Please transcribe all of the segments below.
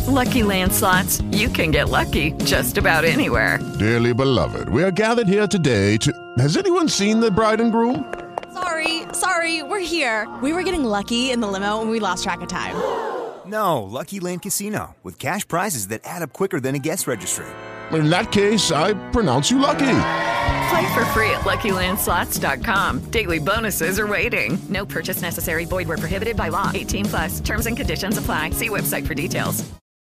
Lucky Land Slots, you can get lucky just about anywhere. Dearly beloved, we are gathered here today to... Has anyone seen the bride and groom? Sorry, we're here. We were getting lucky in the limo and we lost track of time. No, Lucky Land Casino, with cash prizes that add up quicker than a guest registry. In that case, I pronounce you lucky. Play for free at LuckyLandSlots.com. Daily bonuses are waiting. No purchase necessary. Void where prohibited by law. 18+. Terms and conditions apply. See website for details.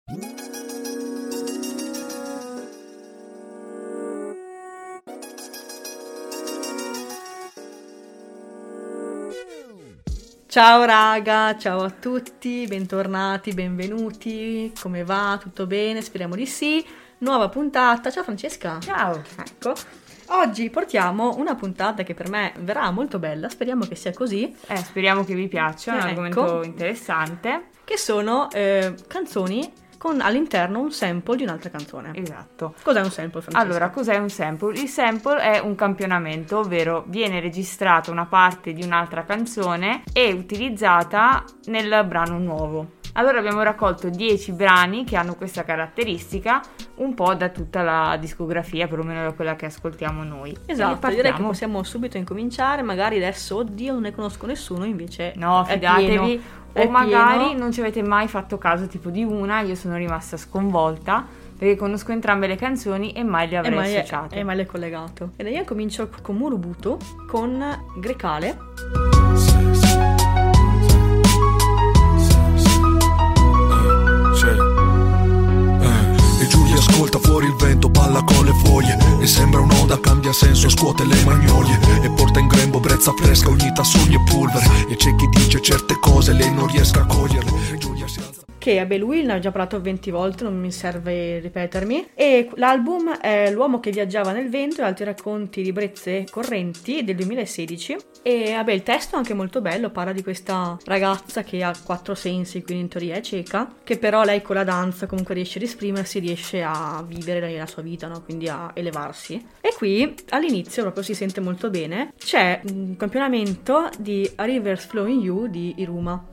Ciao raga, ciao a tutti, bentornati, benvenuti, come va? Tutto bene? Speriamo di sì. Nuova puntata, ciao Francesca. Ciao. Ecco, oggi portiamo una puntata che per me verrà molto bella, speriamo che sia così. Speriamo che vi piaccia, è un argomento interessante. Che sono canzoni con all'interno un sample di un'altra canzone. Esatto. Cos'è un sample, Francesca? Allora, cos'è un sample? Il sample è un campionamento, ovvero viene registrata una parte di un'altra canzone e utilizzata nel brano nuovo. Allora abbiamo raccolto 10 brani che hanno questa caratteristica, un po' da tutta la discografia, perlomeno da quella che ascoltiamo noi. Esatto, direi che possiamo subito incominciare, magari adesso, oddio, non ne conosco nessuno, invece no, fidatevi. O magari pieno. Non ci avete mai fatto caso tipo di una, io sono rimasta sconvolta perché conosco entrambe le canzoni e mai le avrei associate. E mai le collegato. E io comincio con Murubutu, con Grecale. E Giulia ascolta fuori il vento, balla con le foglie e sembra un'oda, cambia senso, scuote le magnolie e porta in grembo brezza fresca, unita sogni e polvere. E c'è chi dice certe cose lei non riesca a coglierle. Giulia si alza. Che vabbè, lui ne ha già parlato 20 volte, non mi serve ripetermi. E l'album è L'uomo che viaggiava nel vento e altri racconti di brezze correnti del 2016. E vabbè, il testo è anche molto bello, parla di questa ragazza che ha 4 sensi, quindi in teoria è cieca, che però lei con la danza comunque riesce ad esprimersi, riesce a vivere la sua vita, no? Quindi a elevarsi. E qui all'inizio proprio si sente molto bene, c'è un campionamento di A River's Flowing You di Iruma.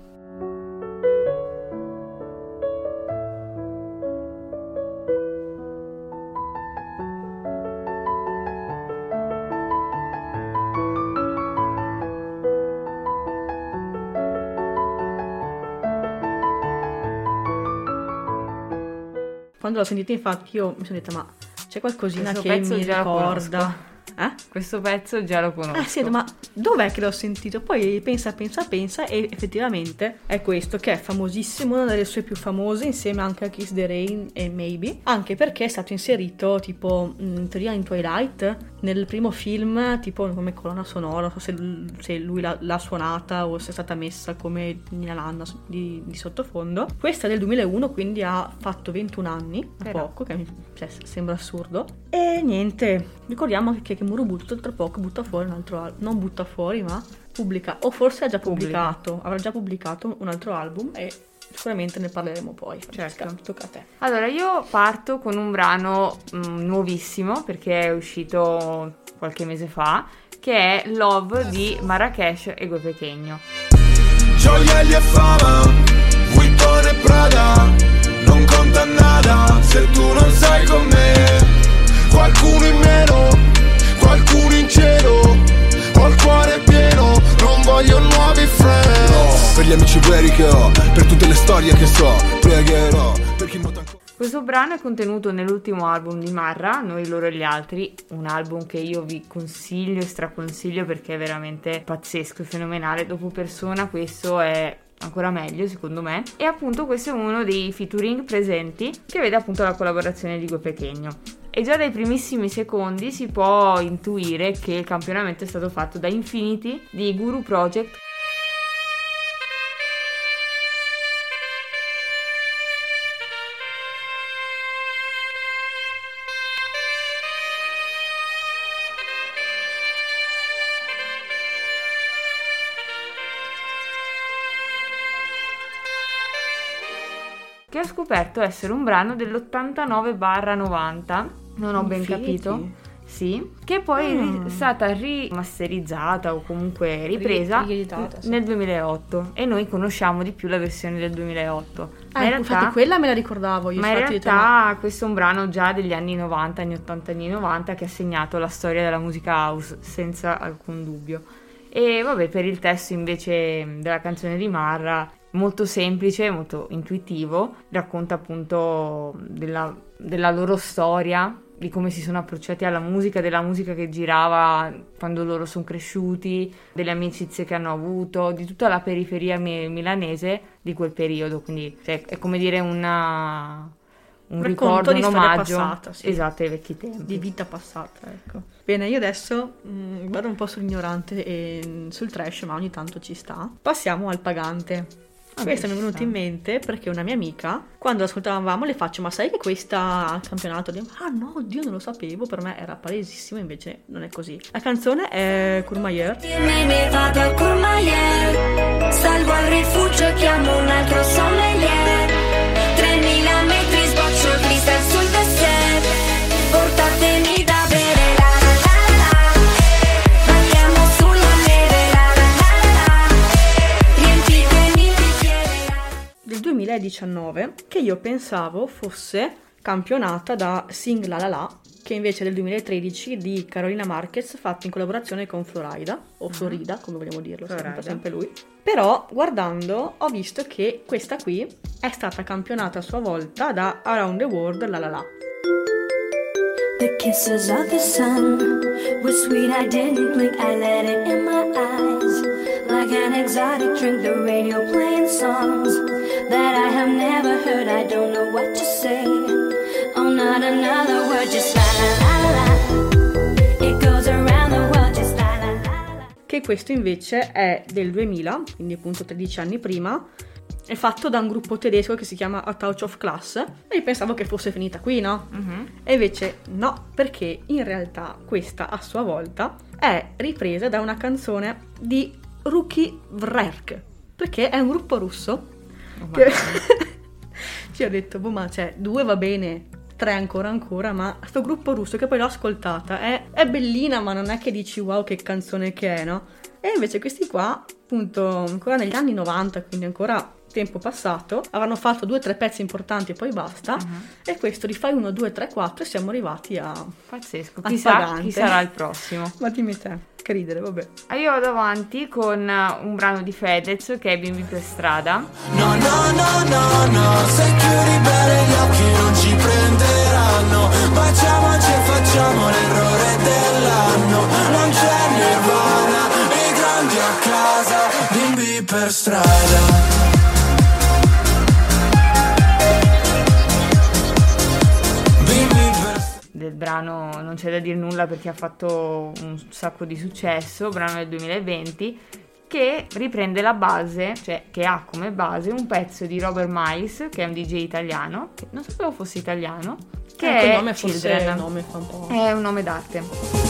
Quando l'ho sentita, infatti, io mi sono detta, ma c'è qualcosina questo che pezzo mi già ricorda. Questo pezzo già lo conosco. Sì, ma dov'è che l'ho sentito? Poi pensa e effettivamente è questo, che è famosissimo, una delle sue più famose, insieme anche a Kiss the Rain e Maybe, anche perché è stato inserito tipo in teoria in Twilight, nel primo film, tipo come colonna sonora, non so se lui l'ha suonata o se è stata messa come Nina Lanna di sottofondo. Questa è del 2001, quindi ha fatto 21 anni, a poco, che sembra assurdo. E niente, ricordiamo che Murubutu tra poco butta fuori un altro album, non butta fuori ma pubblica, o forse ha già pubblicato, avrà già pubblicato un altro album e sicuramente ne parleremo poi. Certo. Tocca a te. Allora io parto con un brano nuovissimo perché è uscito qualche mese fa, che è Love di Marrakesh e Gue Pequeno. Gioielli e fama, Vuitton e Prada, non conta nada se tu non sei con me. Qualcuno in meno, qualcuno in cielo, ho il cuore pieno, non voglio nuovi friends. No, per gli amici veri che ho, per tutte le storie che so, pregherò per chi nota ancora. Questo brano è contenuto nell'ultimo album di Marra, Noi, loro e gli altri, un album che io vi consiglio e straconsiglio perché è veramente pazzesco e fenomenale. Dopo Persona questo è ancora meglio secondo me, e appunto questo è uno dei featuring presenti che vede appunto la collaborazione di Gue Pequeno. E già dai primissimi secondi si può intuire che il campionamento è stato fatto da Infinity di Guru Project. Che ho scoperto essere un brano dell'89/90, non ho ben capito. Sì, che poi è stata rimasterizzata o comunque ripresa nel 2008 e noi conosciamo di più la versione del 2008. Ma in realtà, infatti quella me la ricordavo io. Ma in realtà questo è un brano già degli anni 90, anni 80, anni 90 che ha segnato la storia della musica house senza alcun dubbio. E vabbè, per il testo invece della canzone di Marra, molto semplice, molto intuitivo, racconta appunto della loro storia, di come si sono approcciati alla musica, della musica che girava quando loro sono cresciuti, delle amicizie che hanno avuto, di tutta la periferia milanese di quel periodo, quindi è come dire un ricordo, un omaggio passata, sì. Esatto, ai vecchi tempi. Di vita passata, ecco. Bene, io adesso vado un po' sull'ignorante e sul trash, ma ogni tanto ci sta. Passiamo al pagante. Questa mi è venuta in mente perché una mia amica, quando ascoltavamo, le faccio: ma sai che questa al campionato? Ah no, oddio, non lo sapevo, per me era palesissimo, invece non è così. La canzone è Courmayeur. Me vado al Courmayeur, salgo al rifugio, chiamo un altro sommelier, 3000 metri sboccio il freestyle sul dessert, portatemi da bere. Del 2019, che io pensavo fosse campionata da Sing La La La, che invece è del 2013 di Carolina Marquez, fatto in collaborazione con Florida, o Florida, come vogliamo dirlo, sempre lui. Però, guardando, ho visto che questa qui è stata campionata a sua volta da Around the World La La La. The kisses of the sun were sweet, I didn't blink, I let it in my eyes. Like an exotic drink, the radio playing songs that I have never heard, I don't know what to say. Oh, not another word, just la la la la. It goes around the world, just la la la la. Che questo invece è del 2000, quindi appunto 13 anni prima. È fatto da un gruppo tedesco che si chiama A Touch of Class e io pensavo che fosse finita qui, no? E invece no, perché in realtà questa a sua volta è ripresa da una canzone di Ruki Vrerk, perché è un gruppo russo che ci ho detto, boh, ma cioè 2 va bene, 3 ancora, ma sto gruppo russo che poi l'ho ascoltata è bellina, ma non è che dici wow che canzone che è, no? E invece questi qua, appunto, ancora negli anni 90, quindi ancora tempo passato, avranno fatto 2 o 3 pezzi importanti e poi basta, e questo li fai 1, 2, 3, 4 e siamo arrivati a pazzesco, chissà chi sarà il prossimo. Ma dimmi te, che ridere, vabbè. Io vado avanti con un brano di Fedez che è Bimbi per strada. No, se chiudi bene gli occhi non ci prenderanno, baciamoci e facciamo l'errore dell'anno, non c'è nirvana, i grandi a casa, bimbi per strada. Del brano non c'è da dire nulla perché ha fatto un sacco di successo, brano del 2020, che riprende la base, cioè che ha come base un pezzo di Robert Miles, che è un DJ italiano, che non sapevo fosse italiano, che è nome Children. Il nome fa un po'. È un nome d'arte.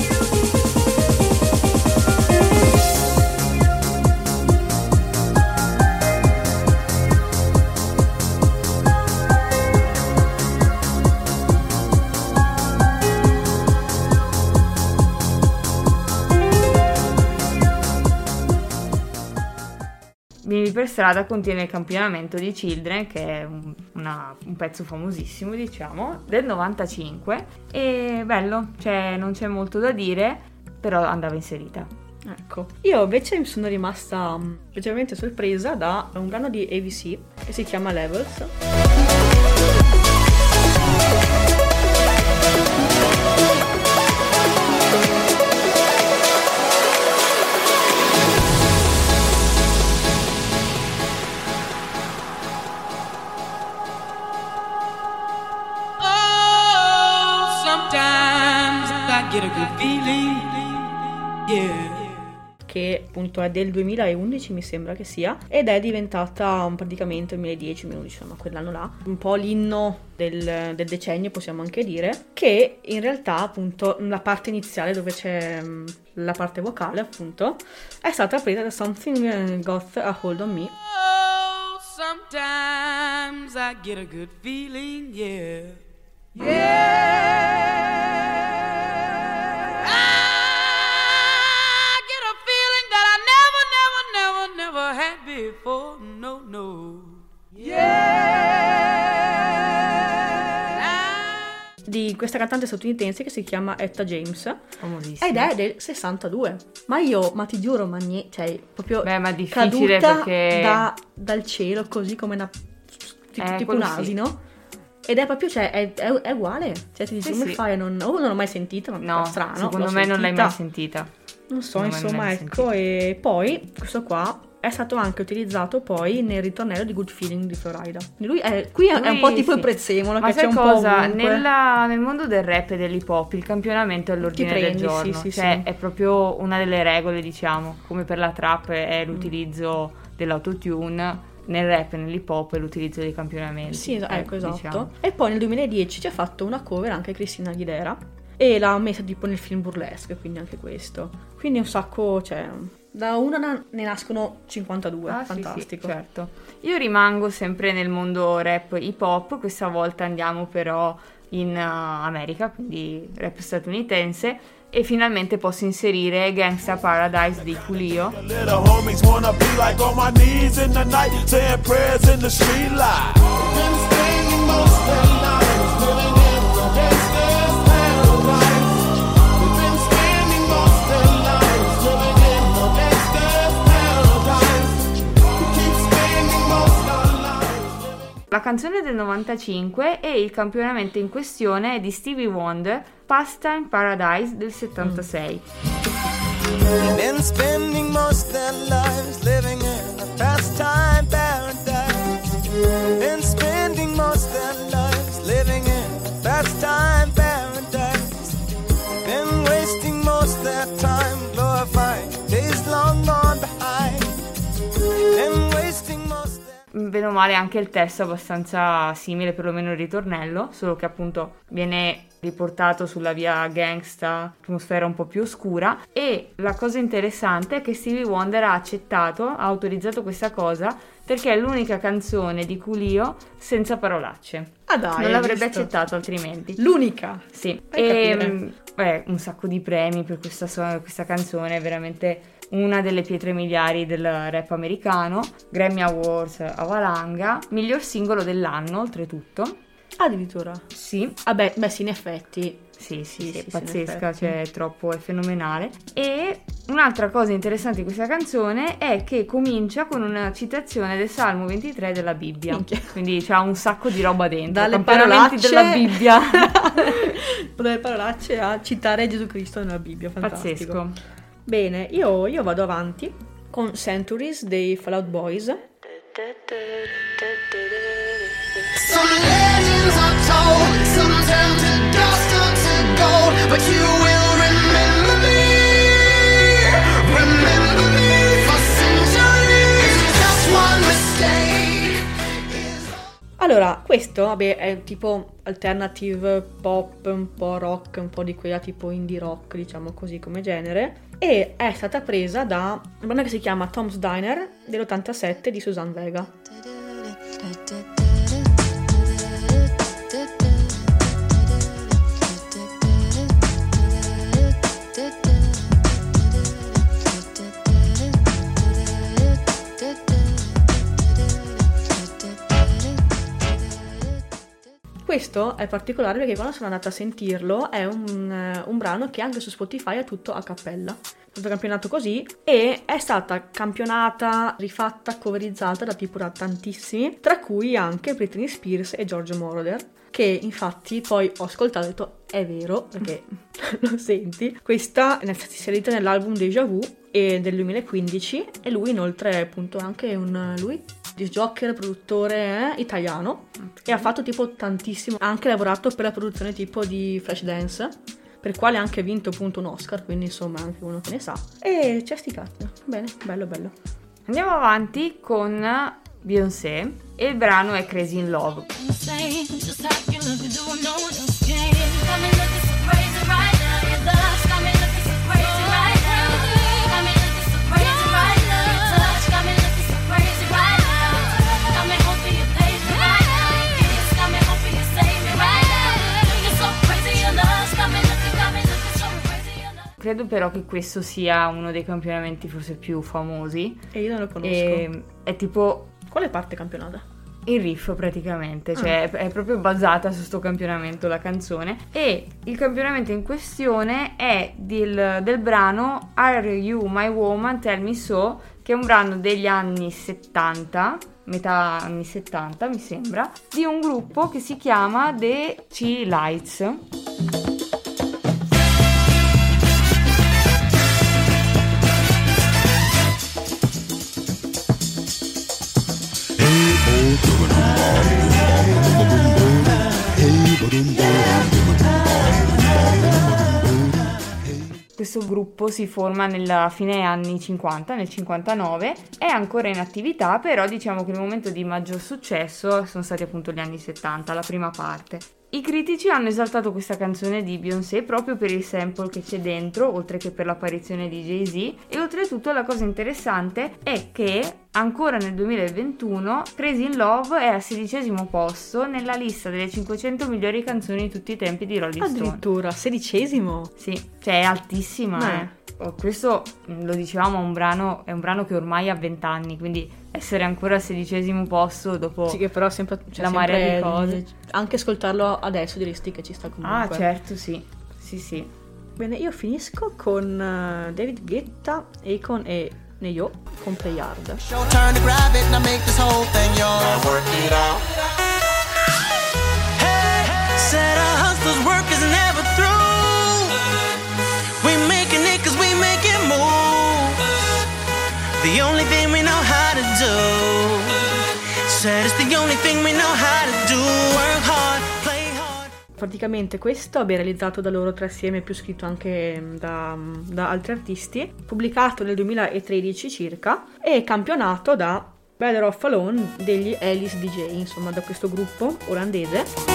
Bimbi per strada contiene il campionamento di Children, che è un pezzo famosissimo, diciamo, del 95, e bello, cioè non c'è molto da dire, però andava inserita. Ecco, io invece mi sono rimasta leggermente sorpresa da un brano di AVC che si chiama Levels. Get a good feeling, yeah. Che appunto è del 2011 mi sembra che sia, ed è diventata praticamente 2010-2011, insomma quell'anno là, un po' l'inno del decennio possiamo anche dire, che in realtà appunto la parte iniziale dove c'è la parte vocale appunto è stata presa da Something Got a Hold on Me. Oh, sometimes I get a good feeling, yeah. Yeah. di questa cantante statunitense che si chiama Etta James, famosissima, ed è del 62. Ma ti giuro, cioè proprio ma difficile caduta perché dal cielo, così come tipo un quello asino. Sì. Ed è proprio, cioè, è uguale. Cioè, ti dici, come fai? Non l'ho mai sentita, ma no, è strano. Secondo me non l'hai mai sentita. Non so, insomma, ecco. E poi, questo qua è stato anche utilizzato poi nel ritornello di Good Feeling di Florida. Lui è un po' tipo il prezzemolo, ma che sai c'è un cosa? po' nel mondo del rap e dell'hip hop il campionamento è all'ordine del giorno. Cioè, è proprio una delle regole, diciamo. Come per la trap è l'utilizzo dell'autotune, nel rap e nell'hip hop è l'utilizzo dei campionamenti. Sì, ecco, esatto. Diciamo. E poi nel 2010 ci ha fatto una cover anche Christina Aguilera e l'ha messa tipo nel film Burlesque, quindi anche questo. Quindi un sacco, cioè, da una ne nascono 52, fantastico. Sì, certo. Io rimango sempre nel mondo rap hip hop, questa volta andiamo però in America, quindi rap statunitense, e finalmente posso inserire Gangsta Paradise di Coolio. La canzone del 95 e il campionamento in questione è di Stevie Wonder, Pastime Paradise del 76. Been spending most their lives living in a pastime paradise. Been spending most their lives living in a pastime paradise. Been wasting most their time glorifying days long gone behind. Been wasting most. Bene o male anche il testo è abbastanza simile, perlomeno il ritornello, solo che appunto viene riportato sulla via gangsta, atmosfera un po' più oscura. E la cosa interessante è che Stevie Wonder ha autorizzato questa cosa perché è l'unica canzone di Coolio senza parolacce. Ah dai, non l'avrebbe accettato altrimenti. L'unica? Sì. E un sacco di premi per questa canzone, veramente una delle pietre miliari del rap americano, Grammy Awards a valanga, miglior singolo dell'anno oltretutto. Addirittura? Sì. Vabbè, sì, in effetti. Sì, pazzesca, cioè è fenomenale. E un'altra cosa interessante di questa canzone è che comincia con una citazione del Salmo 23 della Bibbia. Minchia. Quindi c'ha un sacco di roba dentro. Dalle parolacce della Bibbia. Dalle parolacce a citare Gesù Cristo nella Bibbia, fantastico. Pazzesco. Bene, io vado avanti con Centuries dei Fall Out Boys. Some legends are told, some turn to dust or to gold, but you will remember me for centuries, just one mistake. Allora, questo, è tipo alternative pop, un po' rock, un po' di quella tipo indie rock, diciamo così come genere, e è stata presa da una banda che si chiama Tom's Diner dell'87 di Suzanne Vega. Questo è particolare perché quando sono andata a sentirlo è un brano che anche su Spotify è tutto a cappella. È stato campionato così e è stata campionata, rifatta, coverizzata da tantissimi, tra cui anche Britney Spears e Giorgio Moroder, che infatti poi ho ascoltato e ho detto è vero, perché lo senti. Questa è stata inserita nell'album Deja Vu del 2015 e lui inoltre è appunto anche lui disc jockey, produttore italiano, e ha fatto tantissimo, ha anche lavorato per la produzione tipo di Flashdance, per il quale ha anche vinto appunto un Oscar, quindi insomma anche uno che ne sa, e c'è sti cazzo. Bene, bello. Andiamo avanti con Beyoncé e il brano è Crazy in Love. Credo però che questo sia uno dei campionamenti forse più famosi. E io non lo conosco. È tipo... Quale parte campionata? il riff praticamente, cioè è proprio basata su sto campionamento la canzone, e il campionamento in questione è del brano Are You My Woman, Tell Me So, che è un brano degli anni 70, metà anni 70 mi sembra, di un gruppo che si chiama The Chi Lights. Questo gruppo si forma nella fine anni 50, nel 59, è ancora in attività, però diciamo che il momento di maggior successo sono stati appunto gli anni 70, la prima parte. I critici hanno esaltato questa canzone di Beyoncé proprio per il sample che c'è dentro, oltre che per l'apparizione di Jay-Z, e oltretutto la cosa interessante è che ancora nel 2021 Crazy in Love è al 16° posto nella lista delle 500 migliori canzoni di tutti i tempi di Rolling Stone. Addirittura, 16°? Sì, cioè è altissima. Questo lo dicevamo, è un brano che ormai ha 20 anni, quindi essere ancora al 16° posto dopo sì, che però sempre, la marea di cose. Anche ascoltarlo adesso diresti che ci sta comunque. Ah, certo, sì. Sì. Bene, io finisco con David Guetta, Akon e Neyo con Play Hard. Show turn to grab it, now make this whole thing yours. Work it out. Hey, said a hustler's work is never through. We making it 'cause we make it move. The only thing we know how to do. Said it's the only thing we know how to do. Work hard, play hard. Praticamente questo è realizzato da loro tre assieme, più scritto anche da altri artisti, pubblicato nel 2013 circa, e campionato da Better Off Alone degli Alice DJ, insomma da questo gruppo olandese.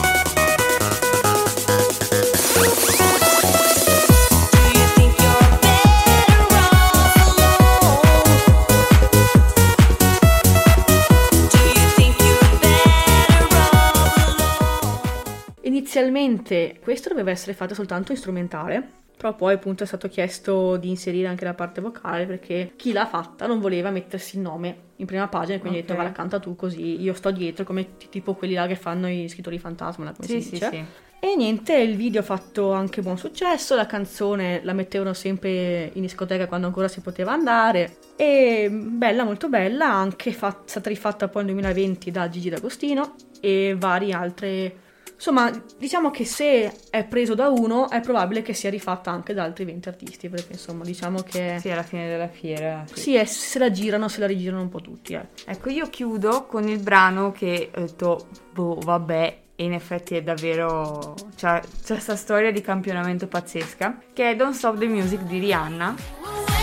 Inizialmente questo doveva essere fatto soltanto in strumentale, però poi appunto è stato chiesto di inserire anche la parte vocale perché chi l'ha fatta non voleva mettersi il nome in prima pagina, quindi ha detto va, la canta tu così io sto dietro, come tipo quelli là che fanno i scrittori fantasma, come si dice. Sì. E niente, il video ha fatto anche buon successo, la canzone la mettevano sempre in discoteca quando ancora si poteva andare, e bella, molto bella, anche stata rifatta poi nel 2020 da Gigi D'Agostino e varie altre. Insomma, diciamo che se è preso da uno è probabile che sia rifatta anche da altri 20 artisti, perché insomma diciamo che sì, alla fine della fiera sì, se la rigirano un po' tutti. Ecco, io chiudo con il brano che ho detto vabbè, e in effetti è davvero c'è questa storia di campionamento pazzesca, che è Don't Stop the Music di Rihanna.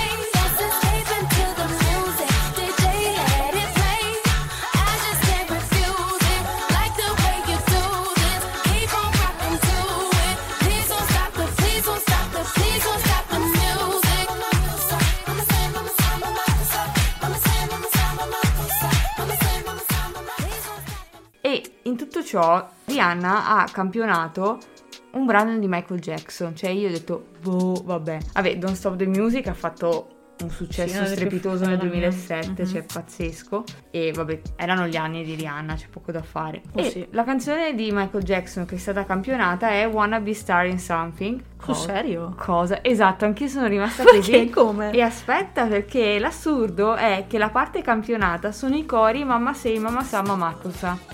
E in tutto ciò Rihanna ha campionato un brano di Michael Jackson, cioè io ho detto vabbè, Don't Stop the Music ha fatto un successo strepitoso nel 2007, cioè pazzesco, e vabbè, erano gli anni di Rihanna, c'è poco da fare. La canzone di Michael Jackson che è stata campionata è Wanna Be Star in Something. Serio? Cosa? Esatto, anch'io sono rimasta così. Perché? Come? E aspetta, perché l'assurdo è che la parte campionata sono i cori Mamma Say, Mamma Sa, Mamma Tusa.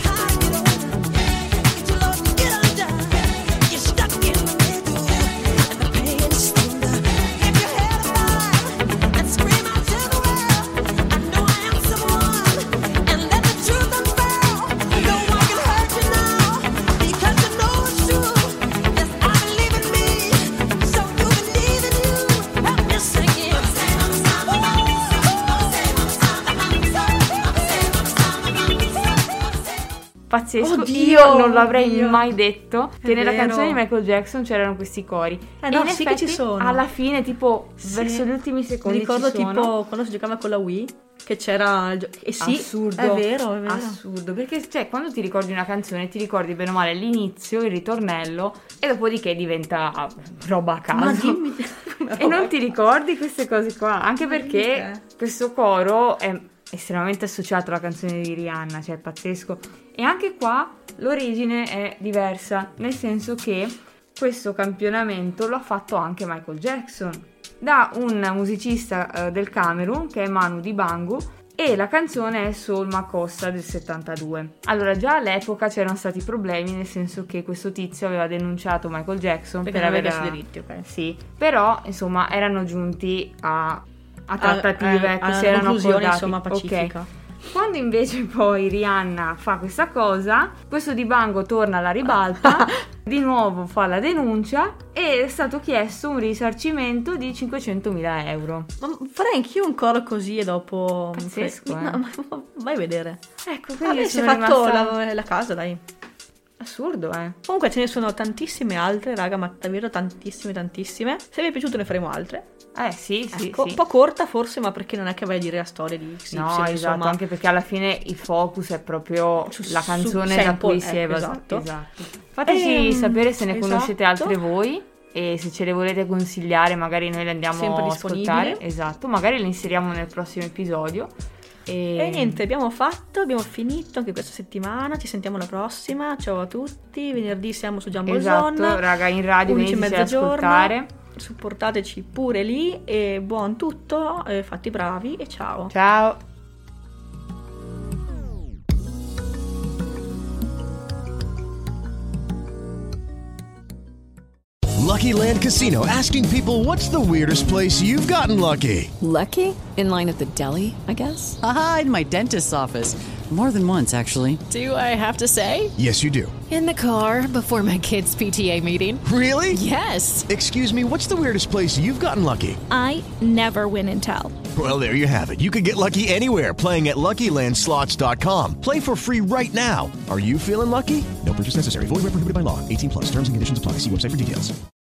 Pazzesco. Oddio, io non l'avrei mai detto che nella canzone di Michael Jackson c'erano questi cori. No, e in effetti che ci sono. Alla fine, tipo, verso gli ultimi secondi mi ricordo tipo quando si giocava con la Wii, che c'era assurdo. È vero. Assurdo, perché cioè quando ti ricordi una canzone ti ricordi bene o male l'inizio, il ritornello, e dopodiché diventa roba a caso. Ma dimmi e non ti ricordi queste cose qua, anche perché questo coro è estremamente associato alla canzone di Rihanna, cioè pazzesco. E anche qua l'origine è diversa, nel senso che questo campionamento lo ha fatto anche Michael Jackson da un musicista del Camerun che è Manu Dibango, e la canzone è Soul Makossa del 72. Allora già all'epoca c'erano stati problemi, nel senso che questo tizio aveva denunciato Michael Jackson perché per aveva aver diritti, ok. Sì, però insomma erano giunti a trattative che si una erano conclusione, accordati. insomma, pacifica. Ok. Quando invece poi Rihanna fa questa cosa, questo Dibango torna alla ribalta, di nuovo fa la denuncia e è stato chiesto un risarcimento di 500.000 euro. Ma farei anch'io un coro così e dopo... Pazzesco, ma vai a vedere. Ecco, quindi si è sono fatto rimasta... la casa, dai. Assurdo, Comunque ce ne sono tantissime altre, raga, ma davvero tantissime. Se vi è piaciuto ne faremo altre. Sì, ecco, sì. Un po' corta forse, ma perché non è che vai a dire la storia di XY, no, esatto, insomma. Anche perché alla fine il focus è proprio la canzone da cui si è basato. Esatto. Fateci sapere se ne conoscete altre voi e se ce le volete consigliare, magari noi le andiamo a ascoltare. Esatto, magari le inseriamo nel prossimo episodio. E niente, abbiamo finito anche questa settimana. Ci sentiamo la prossima. Ciao a tutti. Venerdì siamo su Jumbo Zone. Esatto, raga, in radio veniteci ad ascoltare. Supportateci pure lì. E buon tutto, fatti bravi e ciao. Ciao. Lucky Land Casino, asking people, what's the weirdest place you've gotten lucky? Lucky? In line at the deli, I guess? Aha, in my dentist's office. More than once, actually. Do I have to say? Yes, you do. In the car before my kids' PTA meeting. Really? Yes. Excuse me, what's the weirdest place you've gotten lucky? I never win and tell. Well, there you have it. You can get lucky anywhere, playing at LuckyLandSlots.com. Play for free right now. Are you feeling lucky? No purchase necessary. Void where prohibited by law. 18+. Terms and conditions apply. See website for details.